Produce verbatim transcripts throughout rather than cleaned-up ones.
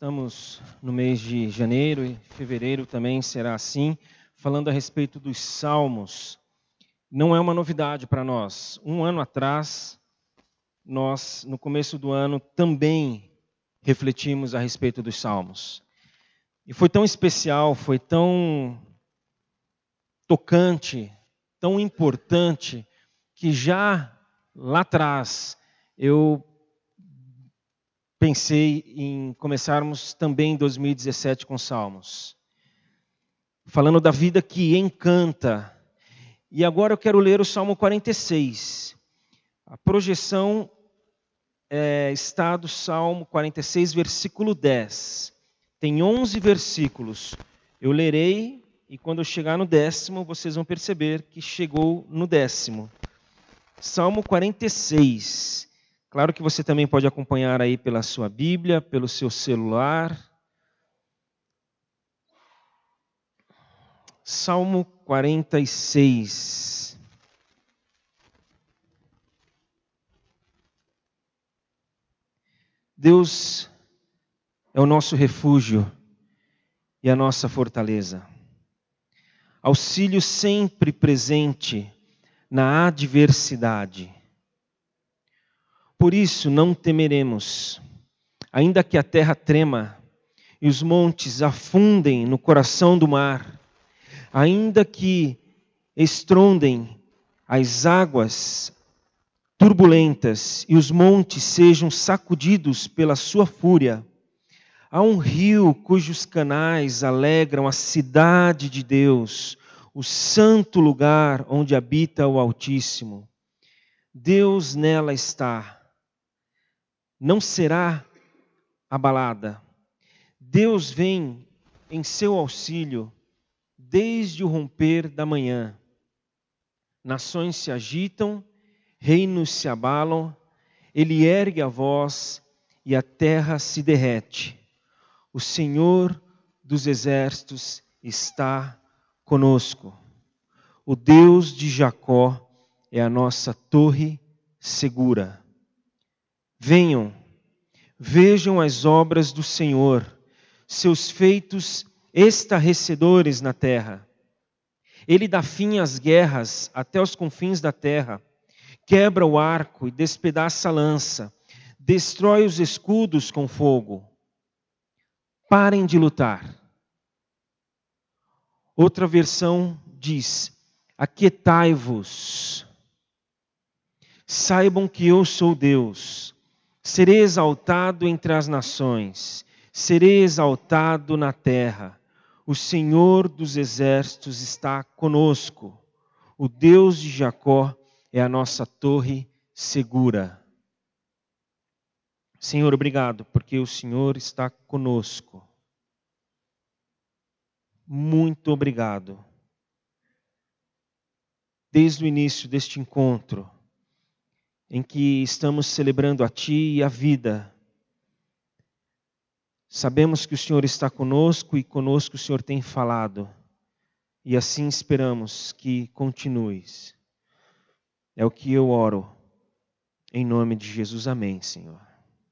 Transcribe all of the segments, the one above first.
Estamos no mês de janeiro e fevereiro também será assim, falando a respeito dos salmos. Não é uma novidade para nós. Um ano atrás, nós, no começo do ano, também refletimos a respeito dos salmos. E foi tão especial, foi tão tocante, tão importante, que já lá atrás eu pensei em começarmos também em dois mil e dezessete com salmos. Falando da vida que encanta. E agora eu quero ler o Salmo quarenta e seis. A projeção é, está do Salmo quarenta e seis, versículo dez. Tem onze versículos. Eu lerei e quando eu chegar no décimo, vocês vão perceber que chegou no décimo. Salmo quarenta e seis. Claro que você também pode acompanhar aí pela sua Bíblia, pelo seu celular. Salmo quarenta e seis. Deus é o nosso refúgio e a nossa fortaleza. Auxílio sempre presente na adversidade. Por isso não temeremos, ainda que a terra trema e os montes afundem no coração do mar, ainda que estrondem as águas turbulentas e os montes sejam sacudidos pela sua fúria. Há um rio cujos canais alegram a cidade de Deus, o santo lugar onde habita o Altíssimo. Deus nela está. Não será abalada. Deus vem em seu auxílio desde o romper da manhã. Nações se agitam, reinos se abalam, ele ergue a voz e a terra se derrete. O Senhor dos exércitos está conosco. O Deus de Jacó é a nossa torre segura. Venham, vejam as obras do Senhor, seus feitos estarrecedores na terra. Ele dá fim às guerras até os confins da terra, quebra o arco e despedaça a lança, destrói os escudos com fogo. Parem de lutar. Outra versão diz: aquietai-vos. Saibam que eu sou Deus. Serei exaltado entre as nações, serei exaltado na terra. O Senhor dos exércitos está conosco. O Deus de Jacó é a nossa torre segura. Senhor, obrigado, porque o Senhor está conosco. Muito obrigado. Desde o início deste encontro, em que estamos celebrando a Ti e a vida, sabemos que o Senhor está conosco e conosco o Senhor tem falado. E assim esperamos que continues. É o que eu oro. Em nome de Jesus, amém, Senhor.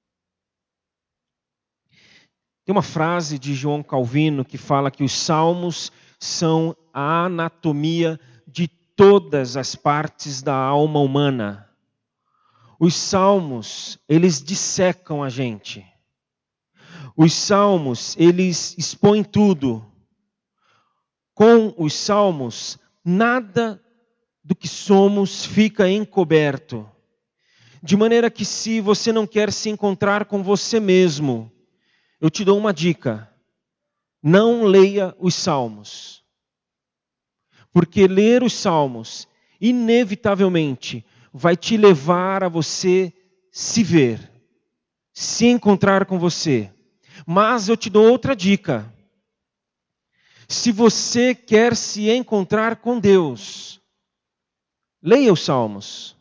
Tem uma frase de João Calvino que fala que os salmos são a anatomia de todas as partes da alma humana. Os salmos, eles dissecam a gente. Os salmos, eles expõem tudo. Com os salmos, nada do que somos fica encoberto. De maneira que se você não quer se encontrar com você mesmo, eu te dou uma dica. Não leia os salmos. Porque ler os salmos, inevitavelmente, vai te levar a você se ver, se encontrar com você. Mas eu te dou outra dica. Se você quer se encontrar com Deus, leia os salmos.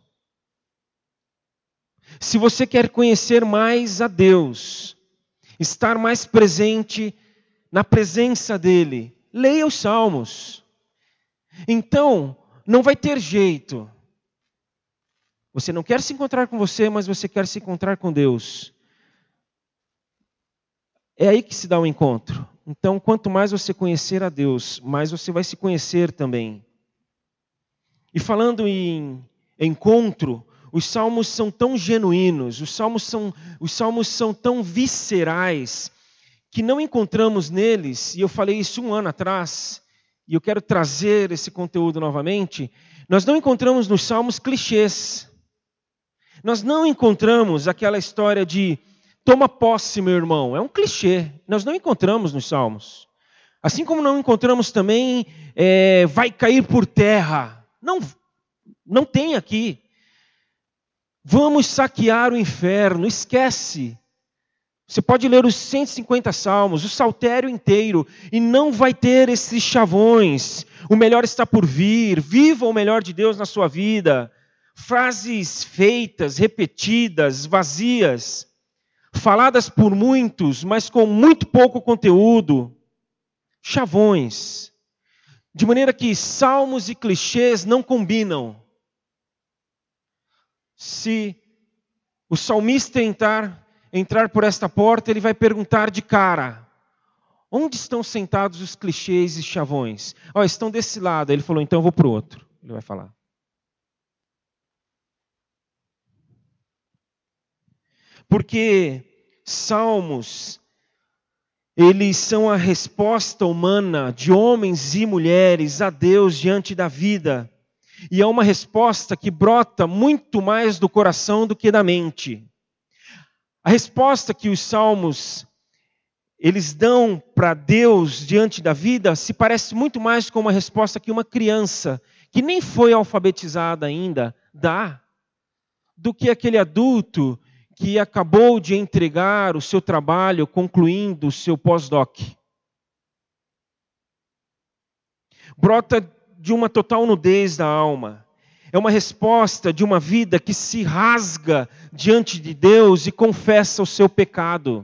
Se você quer conhecer mais a Deus, estar mais presente na presença dEle, leia os salmos. Então, não vai ter jeito. Você não quer se encontrar com você, mas você quer se encontrar com Deus. É aí que se dá o encontro. Então, quanto mais você conhecer a Deus, mais você vai se conhecer também. E falando em encontro, os salmos são tão genuínos, os salmos são, os salmos são tão viscerais, que não encontramos neles, e eu falei isso um ano atrás, e eu quero trazer esse conteúdo novamente, nós não encontramos nos salmos clichês. Nós não encontramos aquela história de toma posse, meu irmão. É um clichê. Nós não encontramos nos salmos. Assim como não encontramos também é, vai cair por terra. Não, não tem aqui. Vamos saquear o inferno. Esquece. Você pode ler os cento e cinquenta salmos, o saltério inteiro, e não vai ter esses chavões. O melhor está por vir. Viva o melhor de Deus na sua vida. Frases feitas, repetidas, vazias, faladas por muitos, mas com muito pouco conteúdo. Chavões. De maneira que salmos e clichês não combinam. Se o salmista entrar, entrar por esta porta, ele vai perguntar de cara: onde estão sentados os clichês e chavões? Oh, estão desse lado. Ele falou, então eu vou para o outro. Ele vai falar. Porque salmos, eles são a resposta humana de homens e mulheres a Deus diante da vida. E é uma resposta que brota muito mais do coração do que da mente. A resposta que os salmos, eles dão para Deus diante da vida, se parece muito mais com uma resposta que uma criança, que nem foi alfabetizada ainda, dá, do que aquele adulto que acabou de entregar o seu trabalho, concluindo o seu pós-doc. Brota de uma total nudez da alma. É uma resposta de uma vida que se rasga diante de Deus e confessa o seu pecado.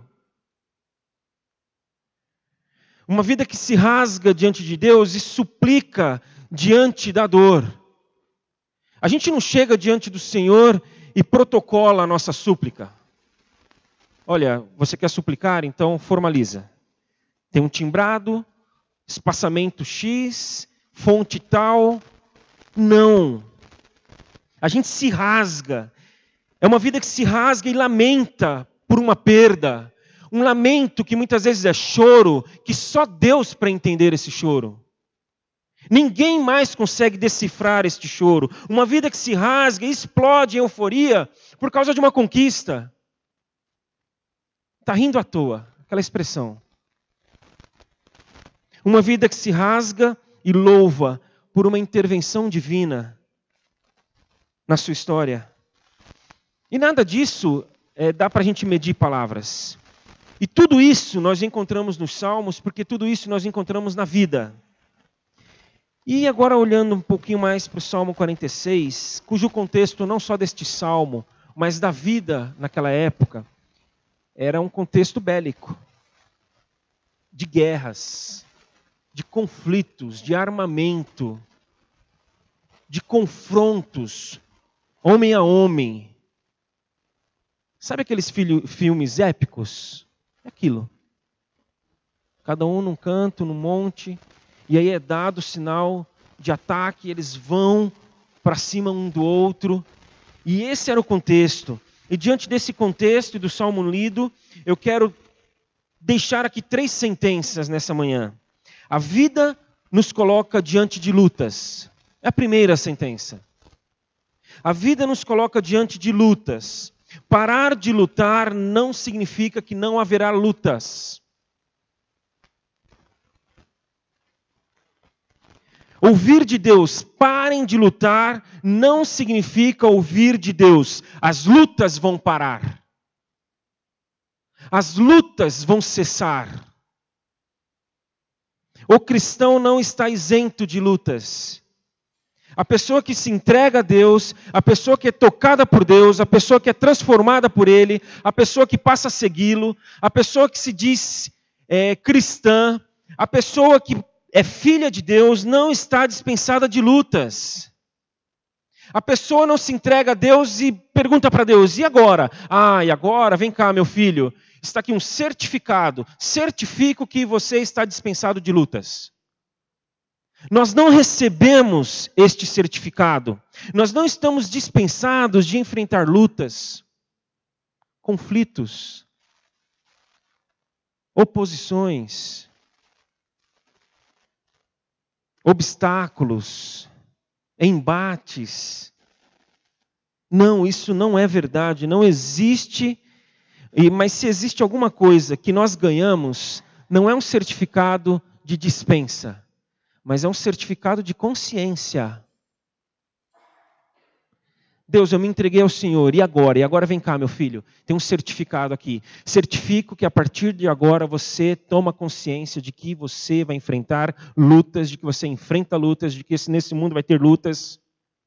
Uma vida que se rasga diante de Deus e suplica diante da dor. A gente não chega diante do Senhor e protocola a nossa súplica. Olha, você quer suplicar? Então formaliza. Tem um timbrado, espaçamento X, fonte tal. Não. A gente se rasga. É uma vida que se rasga e lamenta por uma perda. Um lamento que muitas vezes é choro, que só Deus para entender esse choro. Ninguém mais consegue decifrar este choro. Uma vida que se rasga e explode em euforia por causa de uma conquista. Está rindo à toa, aquela expressão. Uma vida que se rasga e louva por uma intervenção divina na sua história. E nada disso é, dá para a gente medir palavras. E tudo isso nós encontramos nos Salmos, porque tudo isso nós encontramos na vida. E agora olhando um pouquinho mais para o Salmo quarenta e seis, cujo contexto não só deste Salmo, mas da vida naquela época, era um contexto bélico, de guerras, de conflitos, de armamento, de confrontos, homem a homem. Sabe aqueles filho, filmes épicos? É aquilo. Cada um num canto, num monte. E aí é dado o sinal de ataque, eles vão para cima um do outro. E esse era o contexto. E diante desse contexto e do Salmo lido, eu quero deixar aqui três sentenças nessa manhã. A vida nos coloca diante de lutas. É a primeira sentença. A vida nos coloca diante de lutas. Parar de lutar não significa que não haverá lutas. Ouvir de Deus, parem de lutar, não significa ouvir de Deus. As lutas vão parar. As lutas vão cessar. O cristão não está isento de lutas. A pessoa que se entrega a Deus, a pessoa que é tocada por Deus, a pessoa que é transformada por Ele, a pessoa que passa a segui-lo, a pessoa que se diz é, cristã, a pessoa que é filha de Deus, não está dispensada de lutas. A pessoa não se entrega a Deus e pergunta para Deus, e agora? Ah, e agora? Vem cá, meu filho. Está aqui um certificado. Certifico que você está dispensado de lutas. Nós não recebemos este certificado. Nós não estamos dispensados de enfrentar lutas, conflitos, oposições, obstáculos, embates. Não, isso não é verdade. Não existe. Mas se existe alguma coisa que nós ganhamos, não é um certificado de dispensa, mas é um certificado de consciência. Deus, eu me entreguei ao Senhor, e agora? E agora vem cá, meu filho, tem um certificado aqui. Certifico que a partir de agora você toma consciência de que você vai enfrentar lutas, de que você enfrenta lutas, de que nesse mundo vai ter lutas.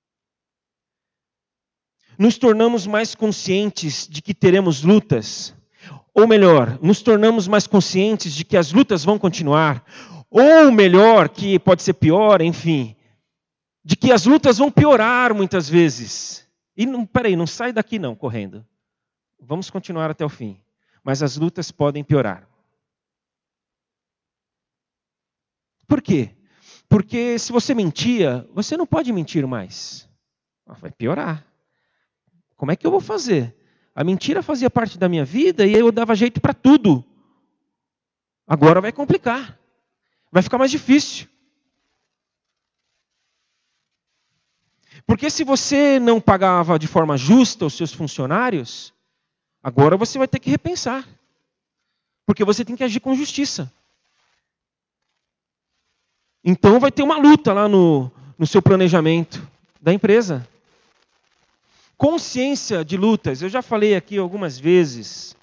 Nos tornamos mais conscientes de que teremos lutas. Ou melhor, nos tornamos mais conscientes de que as lutas vão continuar. Ou melhor, que pode ser pior, enfim, de que as lutas vão piorar muitas vezes. E não, peraí, não sai daqui não, correndo. Vamos continuar até o fim. Mas as lutas podem piorar. Por quê? Porque se você mentia, você não pode mentir mais. Vai piorar. Como é que eu vou fazer? A mentira fazia parte da minha vida e eu dava jeito para tudo. Agora vai complicar. Vai ficar mais difícil. Porque se você não pagava de forma justa os seus funcionários, agora você vai ter que repensar. Porque você tem que agir com justiça. Então vai ter uma luta lá no, no seu planejamento da empresa. Consciência de lutas. Eu já falei aqui algumas vezes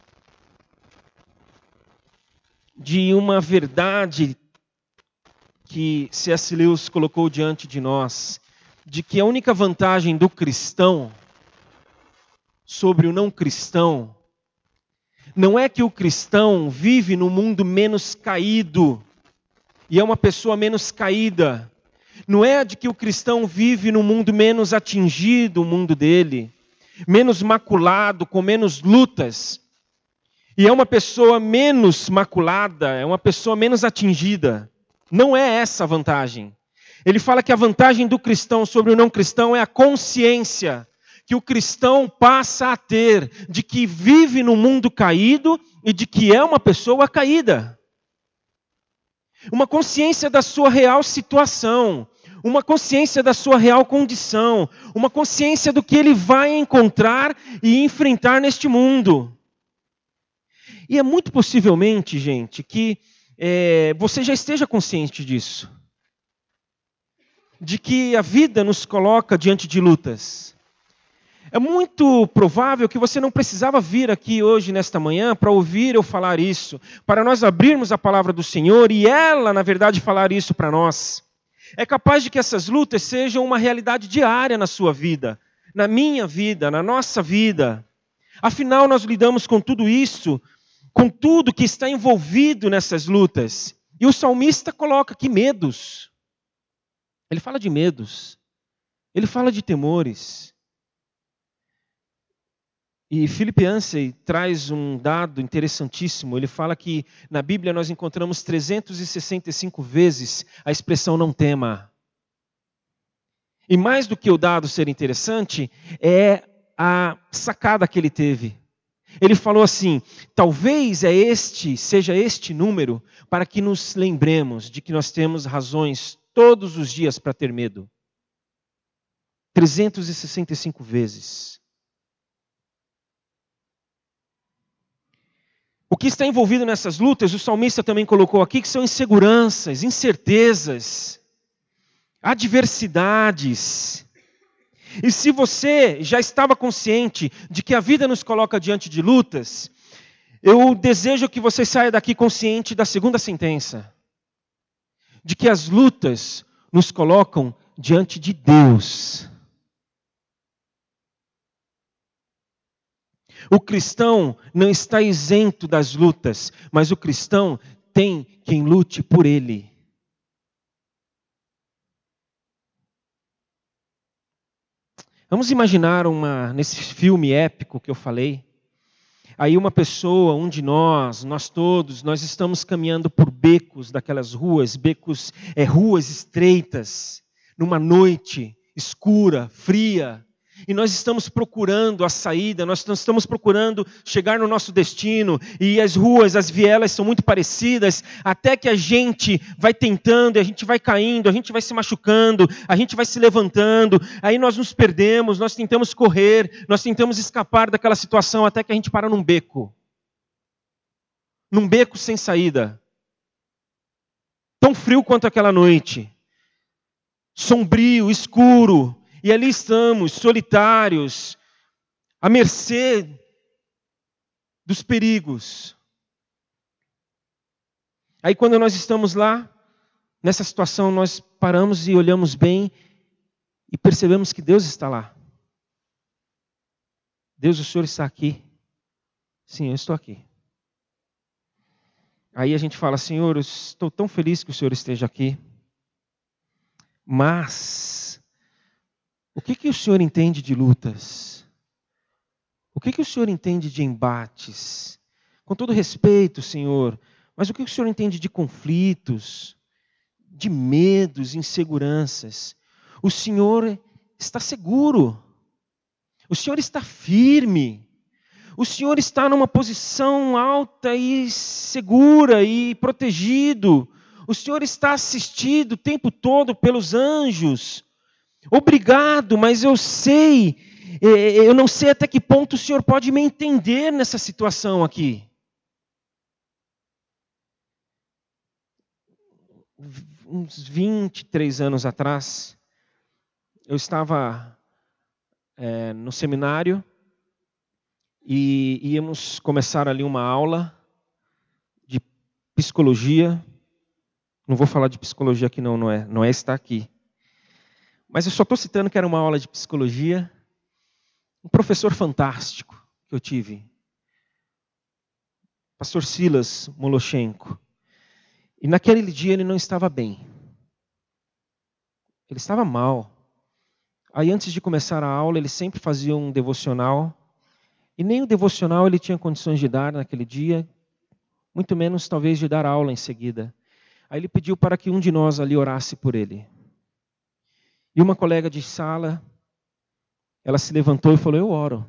de uma verdade que C S Lewis colocou diante de nós, de que a única vantagem do cristão sobre o não cristão não é que o cristão vive num mundo menos caído e é uma pessoa menos caída. Não é de que o cristão vive num mundo menos atingido, o mundo dele, menos maculado, com menos lutas. E é uma pessoa menos maculada, é uma pessoa menos atingida. Não é essa a vantagem. Ele fala que a vantagem do cristão sobre o não cristão é a consciência que o cristão passa a ter de que vive no mundo caído e de que é uma pessoa caída. Uma consciência da sua real situação, uma consciência da sua real condição, uma consciência do que ele vai encontrar e enfrentar neste mundo. E é muito possivelmente, gente, que é, você já esteja consciente disso. De que a vida nos coloca diante de lutas. É muito provável que você não precisava vir aqui hoje, nesta manhã, para ouvir eu falar isso, para nós abrirmos a palavra do Senhor e ela, na verdade, falar isso para nós. É capaz de que essas lutas sejam uma realidade diária na sua vida, na minha vida, na nossa vida. Afinal, nós lidamos com tudo isso, com tudo que está envolvido nessas lutas. E o salmista coloca aqui medos. Ele fala de medos. Ele fala de temores. E Philip Yancey traz um dado interessantíssimo. Ele fala que na Bíblia nós encontramos trezentas e sessenta e cinco vezes a expressão não tema. E mais do que o dado ser interessante, é a sacada que ele teve. Ele falou assim, talvez é este, seja este número para que nos lembremos de que nós temos razões todos os dias para ter medo. trezentas e sessenta e cinco vezes. O que está envolvido nessas lutas, o salmista também colocou aqui, que são inseguranças, incertezas, adversidades. E se você já estava consciente de que a vida nos coloca diante de lutas, eu desejo que você saia daqui consciente da segunda sentença. De que as lutas nos colocam diante de Deus. O cristão não está isento das lutas, mas o cristão tem quem lute por ele. Vamos imaginar uma, nesse filme épico que eu falei, Aí uma pessoa, um de nós, nós todos, nós estamos caminhando por becos daquelas ruas, becos, é, ruas estreitas, numa noite escura, fria, e nós estamos procurando a saída, nós estamos procurando chegar no nosso destino, e as ruas, as vielas são muito parecidas, até que a gente vai tentando, a gente vai caindo, a gente vai se machucando, a gente vai se levantando, aí nós nos perdemos, nós tentamos correr, nós tentamos escapar daquela situação, até que a gente para num beco. Num beco sem saída. Tão frio quanto aquela noite. Sombrio, escuro. E ali estamos, solitários, à mercê dos perigos. Aí quando nós estamos lá, nessa situação, nós paramos e olhamos bem e percebemos que Deus está lá. Deus, o Senhor está aqui. Sim, eu estou aqui. Aí a gente fala, Senhor, eu estou tão feliz que o Senhor esteja aqui. Mas o que, que o Senhor entende de lutas? O que, que o Senhor entende de embates? Com todo respeito, Senhor, mas o que o Senhor entende de conflitos, de medos, inseguranças? O Senhor está seguro. O Senhor está firme. O Senhor está numa posição alta e segura e protegido. O Senhor está assistido o tempo todo pelos anjos. Obrigado, mas eu sei, eu não sei até que ponto o Senhor pode me entender nessa situação aqui. Uns vinte e três anos atrás, eu estava é, no seminário e íamos começar ali uma aula de psicologia. Não vou falar de psicologia aqui não, não é, não é estar aqui. Mas eu só estou citando que era uma aula de psicologia. Um professor fantástico que eu tive. Pastor Silas Moloshenko. E naquele dia ele não estava bem. Ele estava mal. Aí antes de começar a aula, ele sempre fazia um devocional. E nem o devocional ele tinha condições de dar naquele dia. Muito menos talvez de dar aula em seguida. Aí ele pediu para que um de nós ali orasse por ele. E uma colega de sala, ela se levantou e falou, eu oro.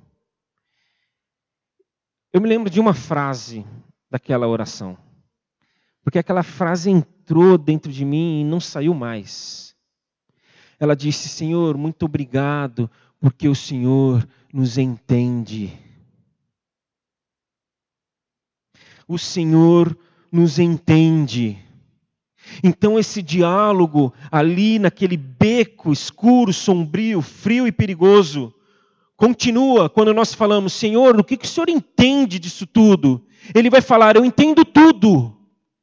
Eu me lembro de uma frase daquela oração. Porque aquela frase entrou dentro de mim e não saiu mais. Ela disse, Senhor, muito obrigado, porque o Senhor nos entende. O Senhor nos entende. Então esse diálogo ali naquele beco escuro, sombrio, frio e perigoso, continua quando nós falamos, Senhor, o que o Senhor entende disso tudo? Ele vai falar, eu entendo tudo.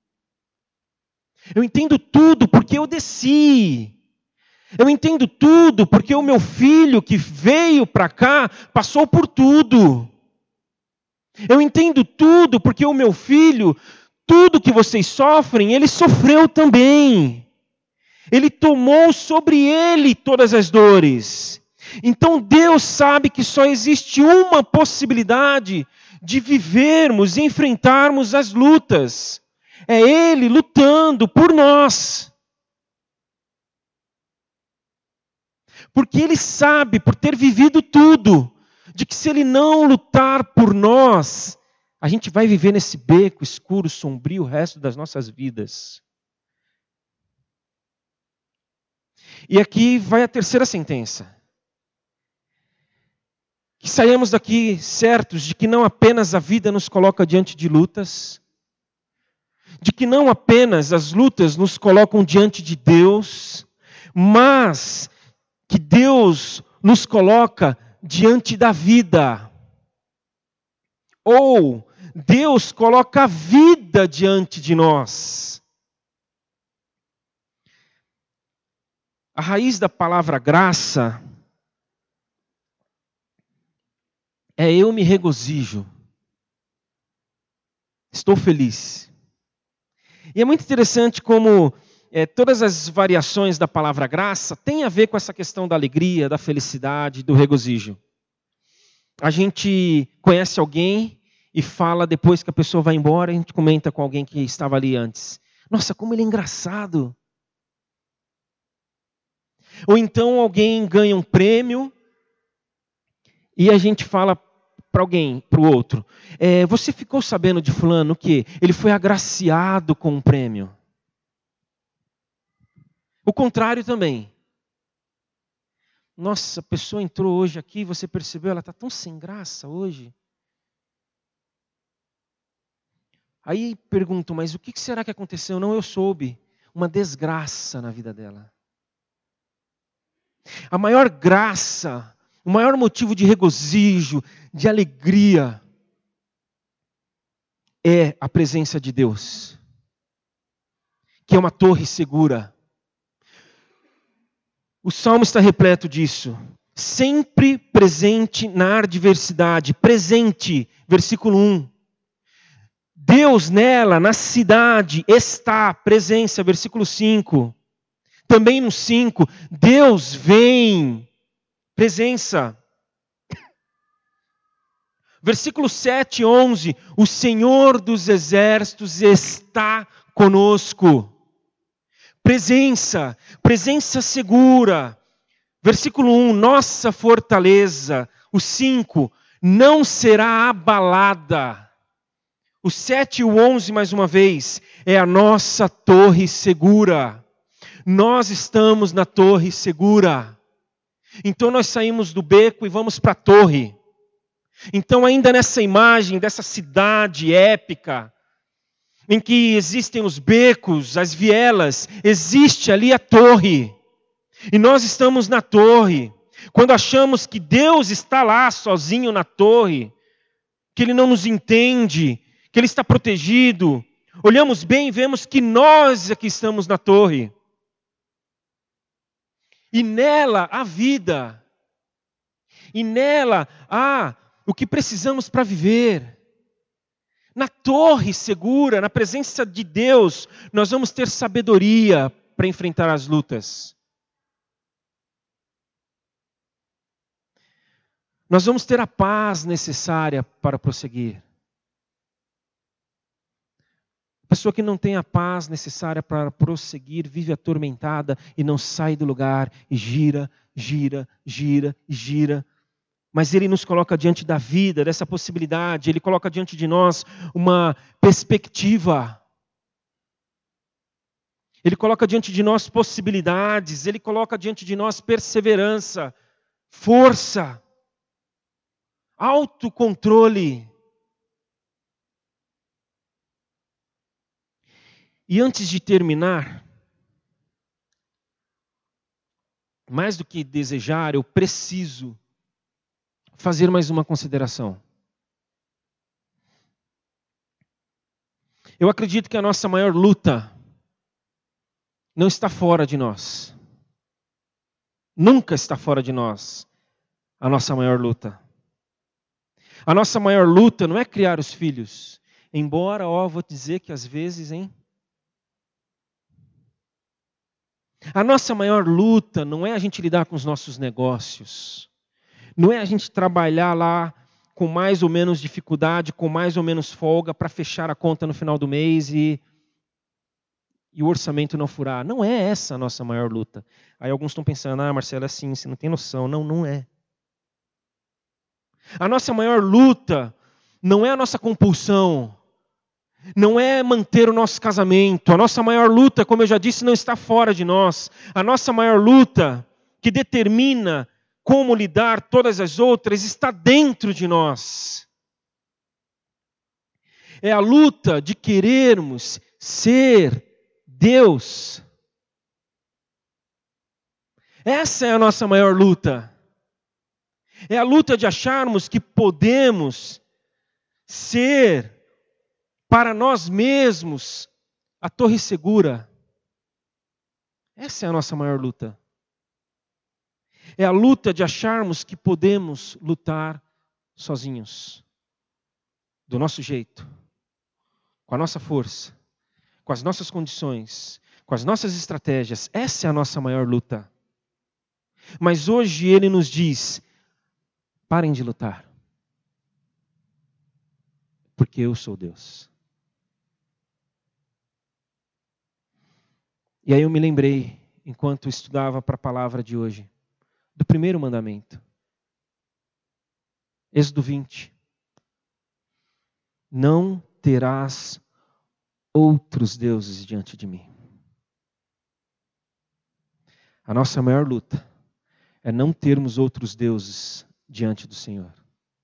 Eu entendo tudo porque eu desci. Eu entendo tudo porque o meu filho que veio para cá passou por tudo. Eu entendo tudo porque o meu filho... Tudo que vocês sofrem, ele sofreu também. Ele tomou sobre ele todas as dores. Então Deus sabe que só existe uma possibilidade de vivermos e enfrentarmos as lutas. É Ele lutando por nós. Porque Ele sabe, por ter vivido tudo, de que se Ele não lutar por nós, a gente vai viver nesse beco escuro, sombrio, o resto das nossas vidas. E aqui vai a terceira sentença. Que saiamos daqui certos de que não apenas a vida nos coloca diante de lutas, de que não apenas as lutas nos colocam diante de Deus, mas que Deus nos coloca diante da vida. Ou Deus coloca a vida diante de nós. A raiz da palavra graça é eu me regozijo. Estou feliz. E é muito interessante como é, todas as variações da palavra graça têm a ver com essa questão da alegria, da felicidade, do regozijo. A gente conhece alguém e fala depois que a pessoa vai embora, a gente comenta com alguém que estava ali antes. Nossa, como ele é engraçado. Ou então alguém ganha um prêmio e a gente fala para alguém, para o outro, é, você ficou sabendo de fulano o quê? Ele foi agraciado com um prêmio. O contrário também. Nossa, a pessoa entrou hoje aqui, você percebeu, ela está tão sem graça hoje. Aí pergunto, mas o que será que aconteceu? Não, eu soube. Uma desgraça na vida dela. A maior graça, o maior motivo de regozijo, de alegria, é a presença de Deus, que é uma torre segura. O Salmo está repleto disso. Sempre presente na adversidade. Presente, versículo um. Deus nela, na cidade, está. Presença, versículo cinco. Também no cinco. Deus vem. Presença. Versículo sete, onze. O Senhor dos exércitos está conosco. Presença, presença segura. Versículo um, nossa fortaleza. O cinco, não será abalada. O sete e o onze, mais uma vez, é a nossa torre segura. Nós estamos na torre segura. Então nós saímos do beco e vamos para a torre. Então ainda nessa imagem dessa cidade épica, em que existem os becos, as vielas, existe ali a torre. E nós estamos na torre. Quando achamos que Deus está lá sozinho na torre, que Ele não nos entende, que Ele está protegido, olhamos bem e vemos que nós é que estamos na torre. E nela há vida. E nela há o que precisamos para viver. Na torre segura, na presença de Deus, nós vamos ter sabedoria para enfrentar as lutas. Nós vamos ter a paz necessária para prosseguir. A pessoa que não tem a paz necessária para prosseguir, vive atormentada e não sai do lugar, e gira, gira, gira, gira. Mas Ele nos coloca diante da vida, dessa possibilidade. Ele coloca diante de nós uma perspectiva. Ele coloca diante de nós possibilidades. Ele coloca diante de nós perseverança, força, autocontrole. E antes de terminar, mais do que desejar, eu preciso fazer mais uma consideração. Eu acredito que a nossa maior luta não está fora de nós. Nunca está fora de nós a nossa maior luta. A nossa maior luta não é criar os filhos. Embora, ó, vou dizer que às vezes, hein? A nossa maior luta não é a gente lidar com os nossos negócios. Não é a gente trabalhar lá com mais ou menos dificuldade, com mais ou menos folga para fechar a conta no final do mês e, e o orçamento não furar. Não é essa a nossa maior luta. Aí alguns estão pensando, ah, Marcelo, é assim, você não tem noção. Não, não é. A nossa maior luta não é a nossa compulsão. Não é manter o nosso casamento. A nossa maior luta, como eu já disse, não está fora de nós. A nossa maior luta, que determina como lidar todas as outras, está dentro de nós. É a luta de querermos ser Deus. Essa é a nossa maior luta. É a luta de acharmos que podemos ser para nós mesmos a torre segura. Essa é a nossa maior luta. É a luta de acharmos que podemos lutar sozinhos. Do nosso jeito. Com a nossa força. Com as nossas condições. Com as nossas estratégias. Essa é a nossa maior luta. Mas hoje Ele nos diz, parem de lutar. porque eu sou Deus. E aí eu me lembrei, enquanto estudava para a palavra de hoje, do primeiro mandamento. Êxodo vinte. Não terás outros deuses diante de mim. A nossa maior luta é não termos outros deuses diante do Senhor.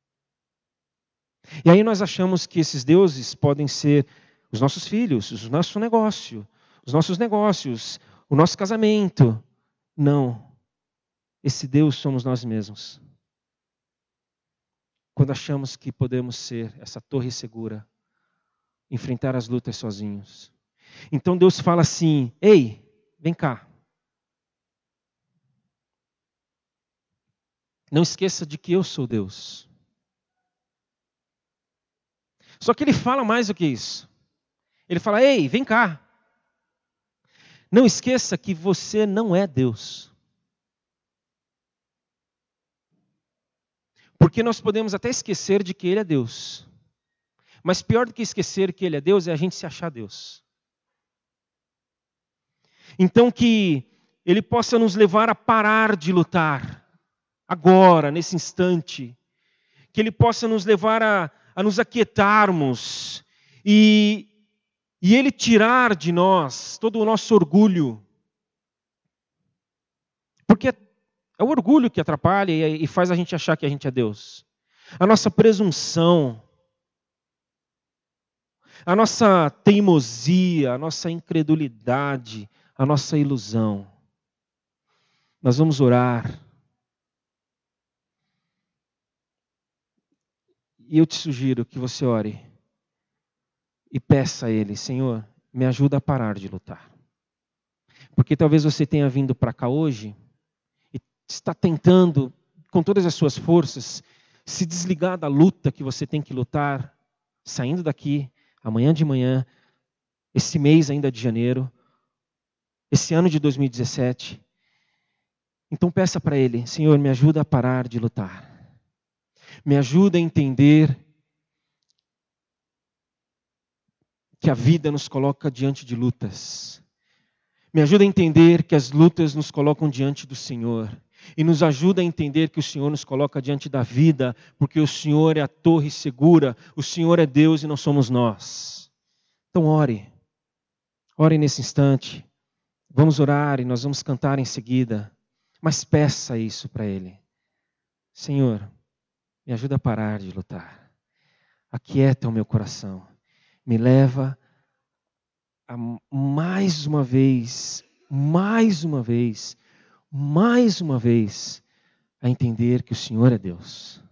E aí nós achamos que esses deuses podem ser os nossos filhos, o nosso negócio, os nossos negócios, o nosso casamento. Não. Esse Deus somos nós mesmos. Quando achamos que podemos ser essa torre segura, enfrentar as lutas sozinhos. Então Deus fala assim: ei, vem cá. Não esqueça de que eu sou Deus. Só que ele fala mais do que isso. Ele fala: ei, vem cá. Não esqueça que você não é Deus. Porque nós podemos até esquecer de que Ele é Deus. Mas pior do que esquecer que Ele é Deus é a gente se achar Deus. Então que Ele possa nos levar a parar de lutar. Agora, nesse instante. Que Ele possa nos levar a, a nos aquietarmos. E, e Ele tirar de nós todo o nosso orgulho. Porque é o orgulho que atrapalha e faz a gente achar que a gente é Deus. A nossa presunção, a nossa teimosia, a nossa incredulidade, a nossa ilusão. Nós vamos orar. E eu te sugiro que você ore e peça a Ele: Senhor, me ajuda a parar de lutar. Porque talvez você tenha vindo para cá hoje está tentando, com todas as suas forças, se desligar da luta que você tem que lutar, saindo daqui, amanhã de manhã, esse mês ainda de janeiro, esse ano de dois mil e dezessete. Então peça para Ele: Senhor, me ajuda a parar de lutar. Me ajuda a entender que a vida nos coloca diante de lutas. Me ajuda a entender que as lutas nos colocam diante do Senhor. E nos ajuda a entender que o Senhor nos coloca diante da vida, porque o Senhor é a torre segura, o Senhor é Deus e não somos nós. Então ore, ore nesse instante, vamos orar e nós vamos cantar em seguida, mas peça isso para Ele. Senhor, me ajuda a parar de lutar, aquieta o meu coração, me leva a mais uma vez, mais uma vez, mais uma vez, a entender que o Senhor é Deus.